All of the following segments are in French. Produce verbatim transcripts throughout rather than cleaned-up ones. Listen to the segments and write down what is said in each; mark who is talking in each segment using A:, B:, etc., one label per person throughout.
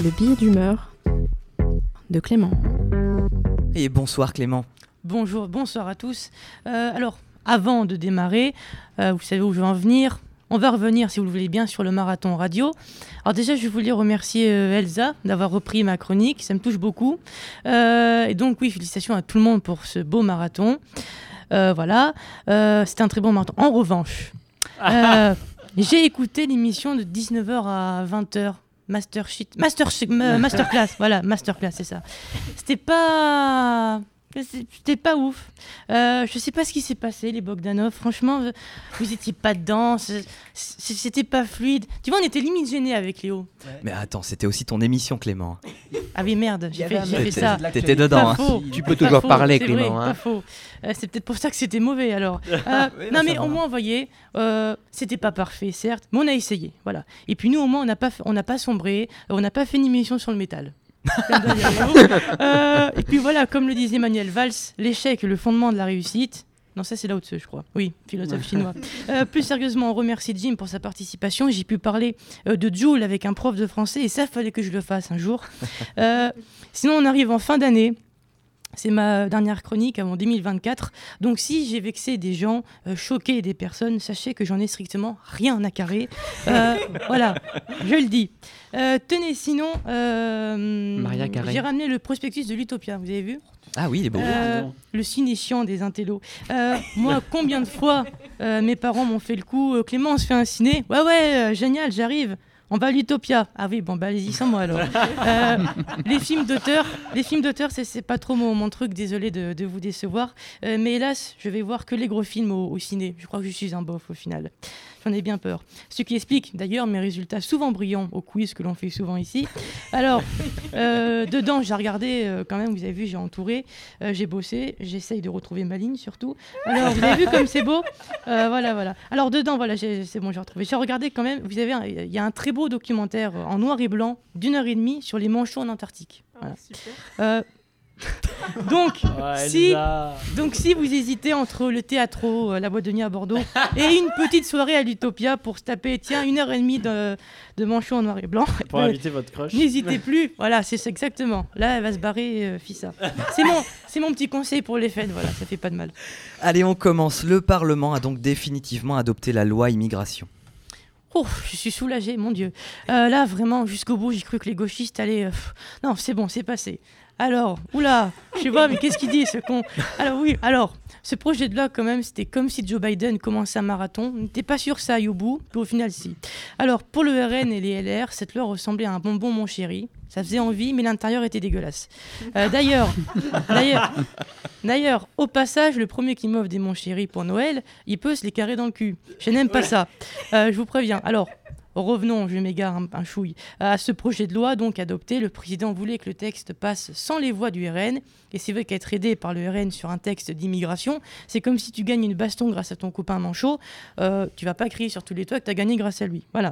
A: le billet d'humeur de Clément.
B: Et bonsoir Clément.
C: Bonjour, bonsoir à tous. Euh, alors, avant de démarrer, euh, vous savez où je vais en venir. On va revenir, si vous le voulez bien, sur le marathon radio. Alors déjà, je voulais remercier euh, Elsa d'avoir repris ma chronique. Ça me touche beaucoup. Euh, et donc, oui, félicitations à tout le monde pour ce beau marathon. Euh, voilà, euh, c'était un très bon marathon. En revanche, euh, j'ai écouté l'émission de dix-neuf heures à vingt heures. Master shit, master shit, euh, masterclass, voilà, masterclass, c'est ça. C'était pas... C'était pas ouf. Euh, je sais pas ce qui s'est passé, les Bogdanov. Franchement, vous étiez pas dedans. C'était pas fluide. Tu vois, on était limite gênés avec Léo.
B: Ouais. Mais attends, c'était aussi ton émission, Clément.
C: Ah oui, merde, j'ai fait, j'ai fait ça.
B: T'étais dedans.
C: Hein.
D: Tu peux toujours
C: faux,
D: parler,
C: c'est
D: Clément.
C: Vrai,
D: hein.
C: pas faux. Euh, c'est peut-être pour ça que c'était mauvais, alors. Euh, oui, non, mais au moins, vous voyez, euh, c'était pas parfait, certes, mais on a essayé. Voilà. Et puis nous, au moins, on n'a pas, on n'a pas sombré. On n'a pas fait une émission sur le métal. euh, et puis voilà, comme le disait Manuel Valls, l'échec est le fondement de la réussite. Non, ça c'est Lao Tzu, je crois. Oui, philosophe chinois. Euh, plus sérieusement, on remercie Jim pour sa participation. J'ai pu parler euh, de Joule avec un prof de français et ça fallait que je le fasse un jour. Euh, sinon, on arrive en fin d'année. C'est ma dernière chronique avant deux mille vingt-quatre. Donc si j'ai vexé des gens, euh, choqué des personnes, sachez que j'en ai strictement rien à carrer. Euh, voilà, je le dis. Euh, tenez, sinon, euh,
D: Maria Carré.
C: J'ai ramené le prospectus de l'Utopia, vous avez vu ?
B: Ah oui, il est beau.
C: Euh, le ciné chiant des intellos. Euh, moi, combien de fois euh, mes parents m'ont fait le coup euh, Clément, on se fait un ciné ? Ouais, ouais, euh, génial, j'arrive. On va à l'Utopia. Ah oui, bon, bah allez-y sans moi alors. Euh, les films d'auteur, les films d'auteur, c'est, c'est pas trop mon, mon truc, désolé de, de vous décevoir. Euh, mais hélas, je vais voir que les gros films au, au ciné. Je crois que je suis un bof au final. J'en ai bien peur. Ce qui explique d'ailleurs mes résultats souvent brillants au quiz que l'on fait souvent ici. Alors, euh, dedans, j'ai regardé euh, quand même, vous avez vu, j'ai entouré, euh, j'ai bossé, j'essaye de retrouver ma ligne surtout. Alors, vous avez vu comme c'est beau euh, Voilà, voilà. Alors, dedans, voilà, j'ai, c'est bon, j'ai retrouvé. J'ai regardé quand même, vous avez, il y a un très beau documentaire en noir et blanc d'une heure et demie sur les manchots en Antarctique. Voilà. Oh, super. Euh, donc,
D: ouais,
C: si, donc si vous hésitez entre le théâtro, euh, la boîte de nuit à Bordeaux et une petite soirée à l'Utopia pour se taper tiens une heure et demie de, de manchot en noir et blanc,
D: pour euh, inviter votre crush,
C: n'hésitez plus. Voilà, c'est, c'est exactement. Là, elle va se barrer, euh, Fissa. C'est mon, c'est mon petit conseil pour les fêtes. Voilà, ça fait pas de mal.
B: Allez, on commence. Le Parlement a donc définitivement adopté la loi immigration.
C: Oh, je suis soulagée, mon Dieu. Euh, là, vraiment, jusqu'au bout, j'ai cru que les gauchistes allaient... Euh, pff, non, c'est bon, c'est passé. Alors, oula, je sais pas, mais qu'est-ce qu'il dit, ce con ? Alors oui, alors, ce projet de loi, quand même, c'était comme si Joe Biden commençait un marathon. On n'était pas sûr que ça aille au bout, puis au final, si. Alors, pour le R N et les L R, cette loi ressemblait à un bonbon, mon chéri. Ça faisait envie, mais l'intérieur était dégueulasse. Euh, d'ailleurs, d'ailleurs, d'ailleurs, au passage, le premier qui m'offre des mon chéri pour Noël, il peut se les carrer dans le cul. Je n'aime pas ça. Euh, je vous préviens. Alors, revenons, je m'égare un, un chouille, à ce projet de loi donc adopté. Le président voulait que le texte passe sans les voix du R N. Et c'est vrai qu'être aidé par le R N sur un texte d'immigration, c'est comme si tu gagnes une baston grâce à ton copain manchot. Euh, tu vas pas crier sur tous les toits que tu as gagné grâce à lui. Voilà.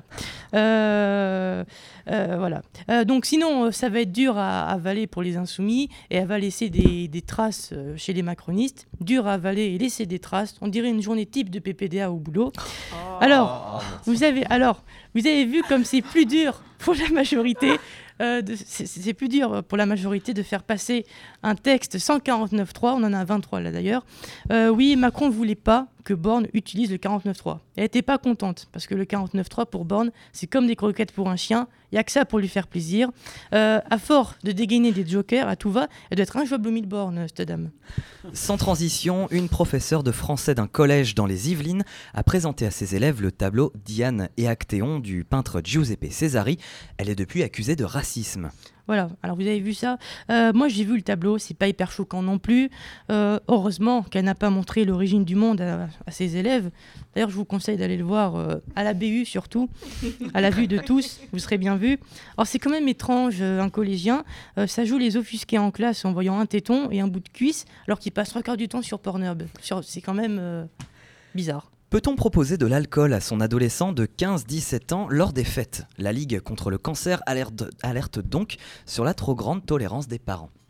C: Euh, euh, voilà. Euh, donc sinon, ça va être dur à, à avaler pour les insoumis et elle va laisser des, des traces chez les macronistes. Dur à avaler et laisser des traces. On dirait une journée type de P P D A au boulot. Oh. Alors, vous avez, alors, vous avez vu comme c'est plus dur pour la majorité. Euh, de, c'est, c'est plus dur pour la majorité de faire passer un texte sans quarante-neuf trois, on en a vingt-trois là d'ailleurs. Euh, oui, Macron ne voulait pas que Borne utilise le quarante-neuf trois. Elle n'était pas contente, parce que le quarante-neuf trois pour Borne, c'est comme des croquettes pour un chien, il n'y a que ça pour lui faire plaisir. Euh, à force de dégainer des jokers à tout va, elle doit être injouable au mille bornes, cette dame.
B: Sans transition, une professeure de français d'un collège dans les Yvelines a présenté à ses élèves le tableau Diane et Actéon du peintre Giuseppe Cesari. Elle est depuis accusée de racisme.
C: Voilà, alors vous avez vu ça. Euh, moi j'ai vu le tableau, c'est pas hyper choquant non plus. Euh, heureusement qu'elle n'a pas montré l'origine du monde à, à ses élèves. D'ailleurs je vous conseille d'aller le voir euh, à la B U surtout, à la vue de tous, vous serez bien vus. Alors c'est quand même étrange, euh, un collégien, euh, ça joue les offusqués en classe en voyant un téton et un bout de cuisse, alors qu'il passe trois quarts du temps sur Pornhub. Sur, c'est quand même euh, bizarre.
B: Peut-on proposer de l'alcool à son adolescent de quinze à dix-sept ans lors des fêtes ? La Ligue contre le cancer alerte, alerte donc sur la trop grande tolérance des parents.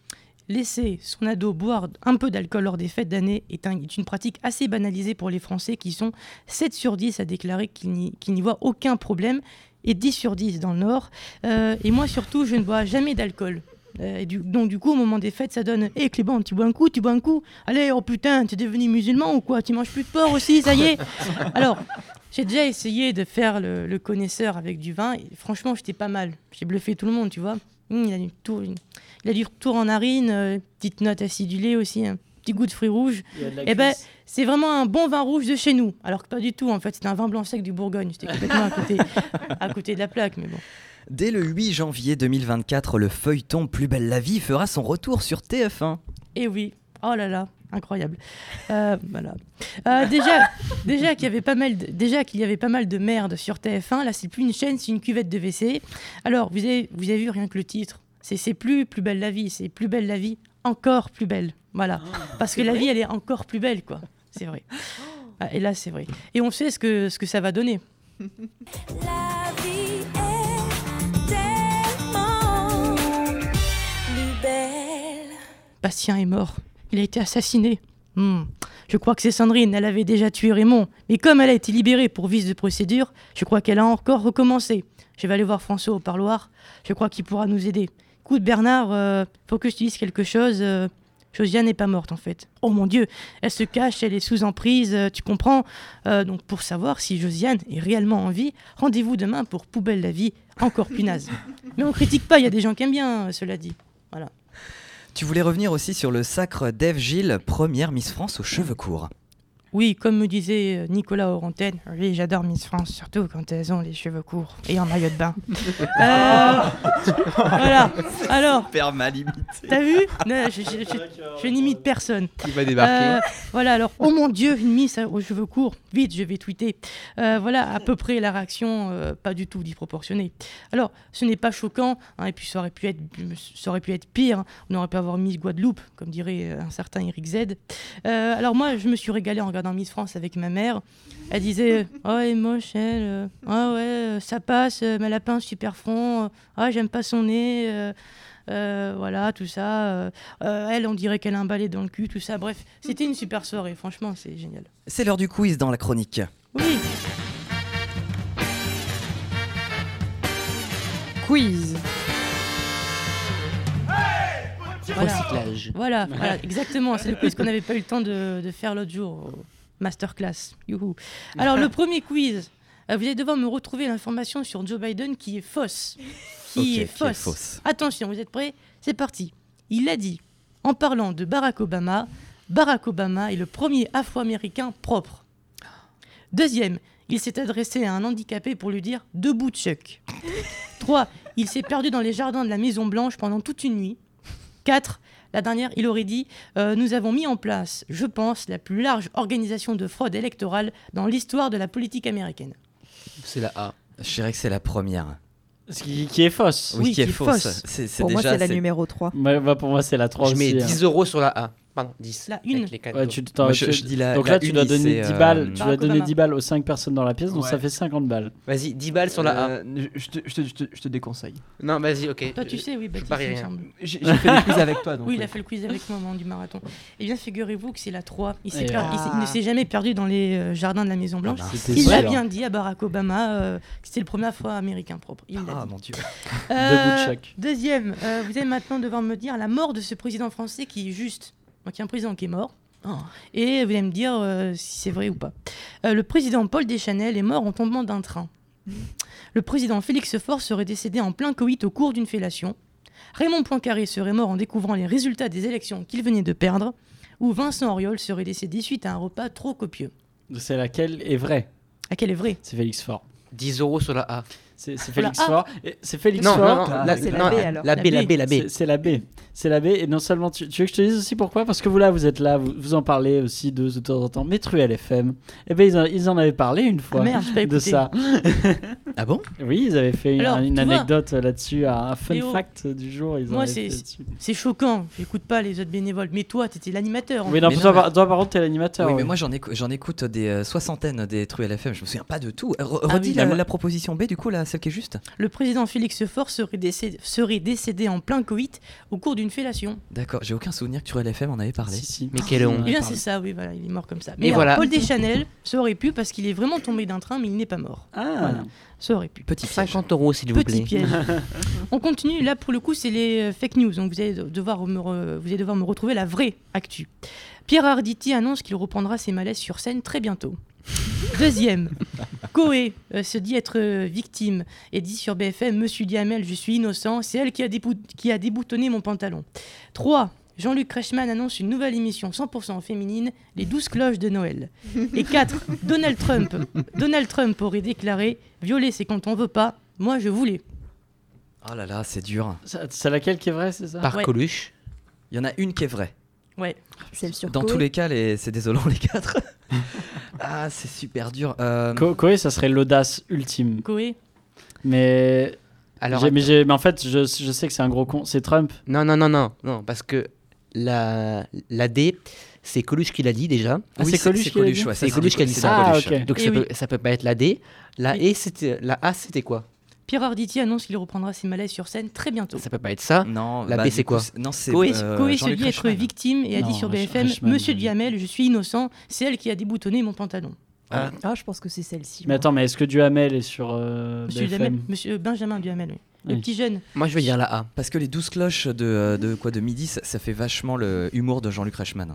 C: laisser son ado boire un peu d'alcool lors des fêtes d'année est, un, est une pratique assez banalisée pour les Français qui sont sept sur dix à déclarer qu'ils n'y, qu'ils n'y voient aucun problème et dix sur dix dans le Nord. Euh, et moi surtout, je ne bois jamais d'alcool. Euh, et du, donc du coup, au moment des fêtes, ça donne « Hé hey, Clément, tu bois un coup, tu bois un coup. Allez, oh putain, t'es devenu musulman ou quoi? Tu manges plus de porc aussi, ça y est !» Alors, j'ai déjà essayé de faire le, le connaisseur avec du vin et franchement, j'étais pas mal. J'ai bluffé tout le monde, tu vois. Mmh, il, a du tour, il a du retour en narine, euh, petite note acidulée aussi, un petit goût de fruits rouges. Et ben, c'est vraiment un bon vin rouge de chez nous. Alors que pas du tout, en fait, c'était un vin blanc sec du Bourgogne. C'était complètement à côté, à côté de la plaque, mais bon.
B: Dès le huit janvier deux mille vingt-quatre, le feuilleton Plus belle la vie fera son retour sur T F un.
C: Et oui, oh là là, incroyable. Euh, voilà. Euh, déjà, déjà qu'il y avait pas mal, de, déjà qu'il y avait pas mal de merde sur T F un. Là, c'est plus une chaîne, c'est une cuvette de W C. Alors, vous avez, vous avez vu rien que le titre. C'est, c'est plus Plus belle la vie, c'est Plus belle la vie, encore plus belle. Voilà, oh, parce que la vie, elle est encore plus belle, quoi. C'est vrai. Ah, et là, c'est vrai. Et on sait ce que ce que ça va donner. La vie est tellement plus belle. Bastien est mort. Il a été assassiné. Hmm. Je crois que c'est Sandrine. Elle avait déjà tué Raymond. Mais comme elle a été libérée pour vice de procédure, je crois qu'elle a encore recommencé. Je vais aller voir François au parloir. Je crois qu'il pourra nous aider. Écoute, Bernard, euh, faut que je te dise quelque chose. Euh, Josiane n'est pas morte, en fait. Oh mon Dieu, elle se cache, elle est sous emprise, euh, tu comprends euh, Donc, pour savoir si Josiane est réellement en vie, rendez-vous demain pour Poubelle la vie, encore plus naze. Mais on critique pas, il y a des gens qui aiment bien, euh, cela dit. Voilà.
B: Tu voulais revenir aussi sur le sacre d'Ève Gilles, première Miss France aux cheveux courts.
C: Oui, comme me disait Nicolas Orantène, oui, j'adore Miss France, surtout quand elles ont les cheveux courts et en maillot de bain. euh, voilà, alors...
B: Super mal imité.
C: T'as vu? Non, je, je, je, je n'imite personne.
D: Il va débarquer.
C: Euh, voilà, alors, oh mon Dieu, une Miss aux cheveux courts. Vite, je vais tweeter. Euh, voilà, à peu près la réaction, euh, pas du tout disproportionnée. Alors, ce n'est pas choquant, hein, et puis ça aurait pu être, ça aurait pu être pire. Hein. On aurait pu avoir Miss Guadeloupe, comme dirait un certain Eric Z. Euh, alors moi, je me suis régalée en regardant Miss France avec ma mère. Elle disait « Oh, elle est moche, elle. Euh, oh, ouais, euh, ça passe, euh, mais elle a pas un super front. Ah, euh, oh, j'aime pas son nez. Euh, euh, voilà, tout ça. Euh, euh, elle, on dirait qu'elle a un balai dans le cul, tout ça. Bref, c'était une super soirée. Franchement, c'est génial. »
B: C'est l'heure du quiz dans la chronique.
C: Oui.
A: Quiz.
C: Voilà.
D: Recyclage.
C: Voilà, voilà, exactement. C'est le quiz qu'on n'avait pas eu le temps de, de faire l'autre jour au masterclass. Youhou. Alors, le premier quiz, euh, vous allez devoir me retrouver l'information sur Joe Biden qui est fausse. Qui,
B: okay,
C: est, fausse.
B: qui est fausse.
C: Attention, vous êtes prêts? C'est parti. Il a dit, en parlant de Barack Obama, Barack Obama est le premier Afro-Américain propre. Deuxième, il s'est adressé à un handicapé pour lui dire « debout Chuck ». Trois, il s'est perdu dans les jardins de la Maison Blanche pendant toute une nuit. quatre. La dernière, il aurait dit euh, « Nous avons mis en place, je pense, la plus large organisation de fraude électorale dans l'histoire de la politique américaine. »
D: C'est la A.
B: Je dirais que c'est la première.
E: Ce qui, qui est fausse.
B: Oui,
C: Oui,
B: qui est
C: qui est
B: fausse.
C: fausse.
B: C'est, c'est
F: Pour
B: déjà,
F: moi, c'est la
B: c'est...
F: numéro trois.
E: Ouais, bah, pour moi, c'est la trois
D: Je mets
E: aussi, hein.
D: dix euros sur la A. Pardon, dix.
C: La une.
D: Avec les quatre
E: Ouais,
D: euros.
E: tu, t'en-
B: Moi, je,
E: tu-
B: je dis la,
E: donc
B: la
E: là, tu
B: une,
E: dois donner
B: c'est,
E: dix balles,
B: euh,
E: tu
C: Barack
E: dois donner
C: Obama.
E: dix balles aux cinq personnes dans la pièce, donc
G: Ouais.
E: ça fait cinquante balles.
D: Vas-y, dix balles sur la A.
G: Euh, je, te, je, te, je, te, je te déconseille.
D: Non, vas-y, ok.
C: Toi, tu sais, oui,
D: je
C: Baptiste,
D: parie
C: il me
D: rien.
C: semble.
G: J'ai, j'ai fait des quiz avec toi. Donc
C: Oui, il
G: oui.
C: a fait le quiz avec moi au moment du marathon. Eh bien, figurez-vous que c'est la trois. Il, s'est
E: Et
C: per-
F: ah.
C: il, s'est- il ne s'est jamais perdu dans les euh, jardins de la Maison Blanche.
B: Ah,
E: C'était
C: Il
E: sûr.
C: l'a bien dit à Barack Obama euh, que c'était le premier Afro-Américain propre. Il l'a
B: Ah
C: dit.
B: mon Dieu.
C: Euh,
E: Debout de choc.
C: Deuxième, euh, vous allez maintenant devoir me dire la mort de ce président français qui est juste. Donc il y a un président qui est mort. Et vous allez me dire euh, si c'est vrai ou pas. Euh, le président Paul Deschanel est mort en tombant d'un train. Le président Félix Faure serait décédé en plein coït au cours d'une fellation. Raymond Poincaré serait mort en découvrant les résultats des élections qu'il venait de perdre. Ou Vincent Auriol serait décédé suite à un repas trop copieux.
E: C'est laquelle est vraie.
C: Laquelle est vraie?
E: C'est Félix Faure.
D: dix euros sur la A.
E: C'est, c'est
C: Sur la
E: Félix
C: A.
E: Faure. Et C'est Félix
D: Non,
E: Faure.
D: non, non,
F: Ah,
D: la,
F: c'est la
D: non,
F: B, alors.
D: La B,
C: La
D: la
C: B.
D: B, la B.
E: C'est, c'est la B. C'est la B. Et non seulement, tu, tu veux que je te dise aussi pourquoi? Parce que vous là, vous êtes là, vous, vous en parlez aussi de, de temps en temps. Mais Truel F M, eh ben, ils, en, ils en avaient parlé une fois
C: Ah merde, j'ai pas
E: de
C: écouté.
E: ça.
D: Ah bon?
E: Oui, ils avaient fait une,
C: Alors,
E: une
C: tu vois,
E: anecdote là-dessus, un fun
C: Léo,
E: fact du jour. Ils en
C: moi,
E: avaient
C: c'est-
E: fait là-dessus.
C: C'est choquant, j'écoute pas les autres bénévoles. Mais toi, t'étais l'animateur. en
E: Oui, non,
B: Mais
E: toi,
B: non,
E: par- toi, par contre, t'es l'animateur.
B: Oui, mais
E: oui.
B: moi j'en écou- j'en écoute des euh, soixantaines des True L F M, je me souviens pas de tout. Re-
C: Ah
B: redis
C: oui,
B: la,
C: bah, moi-
B: la proposition B, du coup, là, celle qui est juste.
C: Le président Félix Faure serait décédé, serait décédé en plein coït au cours d'une fellation.
B: D'accord, j'ai aucun souvenir que True L F M en avait parlé.
E: Si, si.
D: Mais quelle honte.
C: Eh bien,
E: pardon.
C: c'est ça, oui, voilà, il est mort comme ça.
D: Et
C: Mais alors,
D: voilà.
C: Paul Deschanel, ça aurait pu parce qu'il est vraiment tombé d'un train, mais il n'est pas mort.
E: Ah,
C: Voilà. Ça aurait pu.
B: Petit piège.
D: cinquante euros, s'il vous
C: Petit
D: plaît.
C: piège. On continue. Là, pour le coup, c'est les euh, fake news. Donc, vous allez devoir me, re- vous allez devoir me retrouver la vraie actu. Pierre Arditi annonce qu'il reprendra ses malaises sur scène très bientôt. Deuxième, Koé euh, se dit être euh, victime et dit sur B F M: Monsieur Duhamel, je suis innocent, c'est elle qui a, débou- qui a déboutonné mon pantalon. Trois, Jean-Luc Reichmann annonce une nouvelle émission cent pour cent féminine, Les douze cloches de Noël. Et quatre, Donald Trump. Donald Trump aurait déclaré: Violer, c'est quand on veut pas, moi je voulais.
B: Oh là là, c'est dur.
E: Ça- c'est laquelle qui est vraie, c'est ça?
D: Par
C: Ouais.
D: Coluche.
B: Il y en a une qui est vraie.
C: Ouais.
F: Celle sur
B: Dans
F: Koé.
B: tous les cas, les... c'est désolant les quatre. Ah, c'est super dur. Euh,
E: Ko- Koé, ça serait l'audace ultime.
C: Koé.
E: Mais,
D: Alors,
E: j'ai- mais, j'ai- mais en fait, je, je sais que c'est un gros con. C'est Trump.
D: non, non, non, non, non, parce que la, la D, c'est Coluche qui l'a dit déjà.
E: Ah,
B: oui,
E: c'est Coluche
B: c'est
E: qui l'a
B: Coluche,
E: dit
B: ouais, ça,
D: C'est
B: c'est
D: Coluche
B: du-
D: qui a dit
B: c'est
D: ça.
B: de
E: Ah,
B: Coluche.
E: ok.
D: Donc
C: Eh
D: ça,
C: oui.
D: peut, ça peut pas être la D. La
C: Oui.
D: E, c'était la A, c'était quoi?
C: Pierre Arditi annonce qu'il reprendra ses malaises sur scène très bientôt.
D: Ça peut pas être ça.
B: Non,
D: La
B: bah,
D: B,
B: du
D: c'est
B: coup,
D: quoi?
B: Non, c'est
C: Koé,
B: euh,
C: Koé se
B: Jean-Luc
C: dit être
B: Reichmann.
C: victime et a dit
E: Non,
C: sur B F
E: Reich-
C: M:
E: Reichmann,
C: Monsieur
E: oui.
C: Duhamel, je suis innocent, c'est elle qui a déboutonné mon pantalon.
D: Ah.
F: Ah, je pense que c'est celle-ci.
E: Mais
F: moi.
E: attends, mais est-ce que Duhamel est sur euh,
C: Monsieur,
E: B F M?
C: Duhamel, Monsieur Benjamin Duhamel, oui. Le
E: Oui.
C: petit jeune.
D: Moi, je vais dire la A.
B: Parce que les douze cloches de, euh, de quoi de midi, ça, ça fait vachement le humour de Jean-Luc Reichmann.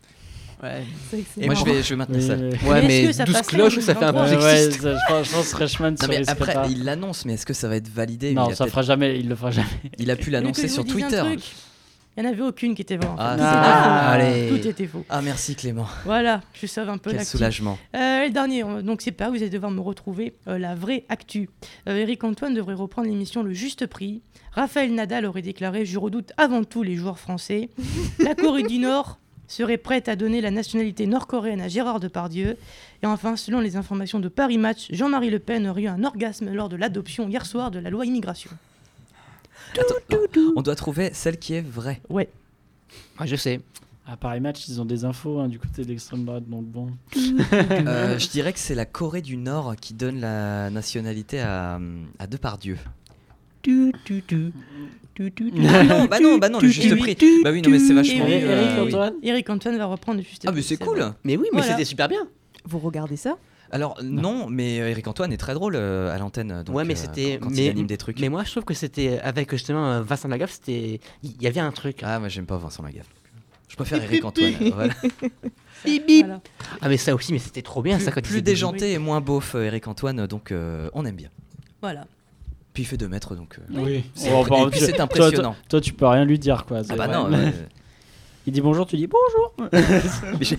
F: Ouais, c'est vrai que c'est
B: Et moi, je
F: marrant.
B: vais, je vais maintenir
E: Oui,
B: ça.
E: oui.
D: Ouais,
C: Mais
D: mais,
C: est-ce que ça
D: douze
C: passerait
D: cloches,
C: en
D: ça fait un peu
C: deux mille
E: Ouais, ouais,
D: sexiste.
E: ça, je pense, je pense que Reichmann
B: Non,
E: se
B: mais
E: risquerait
B: après,
E: pas.
B: il l'annonce, mais est-ce que ça va être validé?
E: Non,
B: il, a
E: ça
B: peut-être-
E: fera jamais, il le fera jamais.
B: il a pu
C: Mais que
B: l'annoncer
C: je
B: sur
C: vous dise un
B: Twitter.
C: truc, il n'y en avait aucune qui était vraie. en fait.
B: Ah,
C: Tout
B: c'est-
C: était
E: Ah,
C: faux.
D: allez.
C: Tout était faux.
B: Ah, merci Clément.
C: Voilà, je sauve un peu
B: Quel
C: l'actu.
B: soulagement.
C: Euh, le dernier, euh, donc c'est pas, vous allez devoir me retrouver euh, la vraie actu. Euh, Eric Antoine devrait reprendre l'émission Le Juste Prix. Raphaël Nadal aurait déclaré: Je redoute avant tout les joueurs français. La Corée du Nord serait prête à donner la nationalité nord-coréenne à Gérard Depardieu. Et enfin, selon les informations de Paris Match, Jean-Marie Le Pen aurait eu un orgasme lors de l'adoption hier soir de la loi immigration.
B: Attends, on doit trouver celle qui est vraie.
C: Ouais.
D: Ah, je sais.
E: À Paris Match, ils ont des infos hein, du côté de l'extrême droite, donc bon.
B: Euh, je dirais que c'est la Corée du Nord qui donne la nationalité à, à Depardieu.
D: Tu, tu, tu. Tu, tu, tu.
B: Ah non, bah non, bah non, le juste prix. Bah oui, non, mais c'est vachement
C: Et
E: Eric,
B: mieux.
E: Eric
B: euh, oui.
E: Antoine
C: Eric Antoine va reprendre le Juste
B: Ah, mais
C: Prix,
B: c'est cool.
C: vrai.
D: Mais oui, mais
C: Voilà.
D: c'était super bien.
F: Vous regardez ça?
B: Alors non, mais Eric Antoine est très drôle euh, à l'antenne. donc,
D: Ouais, mais
B: euh,
D: c'était-
B: quand, quand
D: mais-
B: il anime des trucs.
D: Mais moi, je trouve que c'était avec justement euh, Vincent Lagaffe, c'était. Il y avait un truc.
B: Ah, moi j'aime pas Vincent Lagaffe. Je préfère Eric Antoine. Voilà.
D: Bip, bip.
C: Voilà.
D: Ah, mais ça aussi, mais c'était trop bien ça quand il
B: Plus
D: faisait-
B: déjanté et moins beauf, euh, Eric Antoine, donc euh, on aime bien.
C: Voilà.
B: Puis il fait deux mètres, donc. euh,
E: Oui.
B: c'est
E: Oh,
B: impré-
E: bah,
B: et puis
E: tu-
B: c'est
E: toi,
B: impressionnant.
E: Toi, toi, tu peux rien lui dire, quoi. c'est
B: Ah bah
E: vrai.
B: non. ouais.
E: Il dit bonjour, tu dis bonjour.
B: Mais j'ai-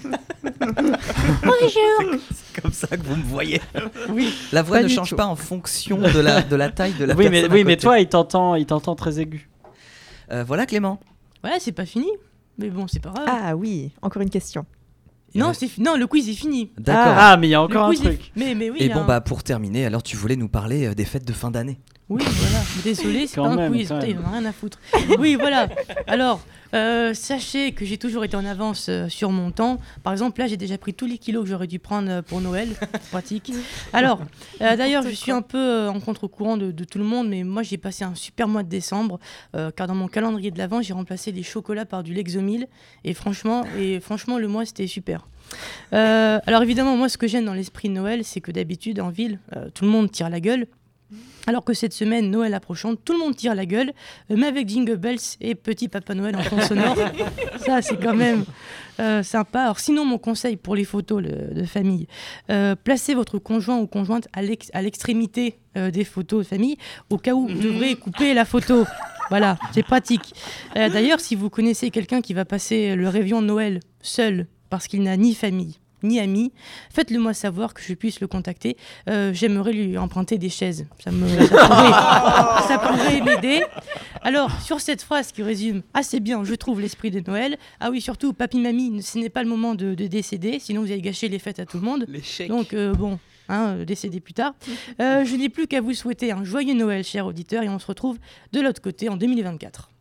B: C'est comme ça que vous me voyez.
C: Oui.
B: La voix
F: Pas
B: ne
F: du
B: change
F: tout.
B: pas en fonction de la, de la taille de la
E: Oui, mais,
B: personne. à
E: oui, mais
B: côté.
E: toi, il t'entend, il t'entend très aigu.
B: Euh, voilà Clément.
C: Ouais, c'est pas fini. Mais bon, c'est pas grave.
F: Ah oui, encore une question.
C: non, c'est fi- non, le quiz est fini.
B: D'accord.
E: Ah, mais il y a
C: Le
E: encore un
C: quiz est-
E: truc.
C: Mais, mais oui.
B: Et
C: il y a
B: bon
C: un-
B: bah pour terminer, alors tu voulais nous parler euh, des fêtes de fin d'année.
C: Oui, voilà. Désolé, c'est
E: Quand
C: pas un
E: même,
C: quiz.
E: quand
C: Putain,
E: même.
C: il en a rien à foutre. Oui, voilà. Alors, euh, sachez que j'ai toujours été en avance euh, sur mon temps. Par exemple, là, j'ai déjà pris tous les kilos que j'aurais dû prendre euh, pour Noël. Pratique. Alors, euh, d'ailleurs, je suis un peu euh, en contre-courant de, de tout le monde, mais moi, j'ai passé un super mois de décembre, euh, car dans mon calendrier de l'Avent, j'ai remplacé les chocolats par du Lexomil. Et franchement, et franchement, le mois, c'était super. Euh, alors évidemment, moi, ce que j'aime dans l'esprit de Noël, c'est que d'habitude, en ville, euh, tout le monde tire la gueule. Alors que cette semaine, Noël approchant, tout le monde tire la gueule, euh, mais avec Jingle Bells et Petit Papa Noël en fond sonore. Ça, c'est quand même euh, sympa. Alors sinon, mon conseil pour les photos le- de famille, euh, placez votre conjoint ou conjointe à l'ex- à l'extrémité euh, des photos de famille, au cas où vous devrez couper la photo. Voilà, c'est pratique. Euh, D'ailleurs, si vous connaissez quelqu'un qui va passer le réveillon de Noël seul, parce qu'il n'a ni famille, ni amis, faites-le moi savoir que je puisse le contacter. Euh, J'aimerais lui emprunter des chaises. Ça, me, ça pourrait, ça pourrait m'aider. Alors, sur cette phrase qui résume assez bien, je trouve, l'esprit de Noël. Ah oui, surtout, papy, mamie, ce n'est pas le moment de, de décéder, sinon vous allez gâcher les fêtes à tout le monde.
D: L'échec.
C: Donc, euh, bon, hein, euh, décédé plus tard. Euh, je n'ai plus qu'à vous souhaiter un joyeux Noël, chers auditeurs, et on se retrouve de l'autre côté en deux mille vingt-quatre.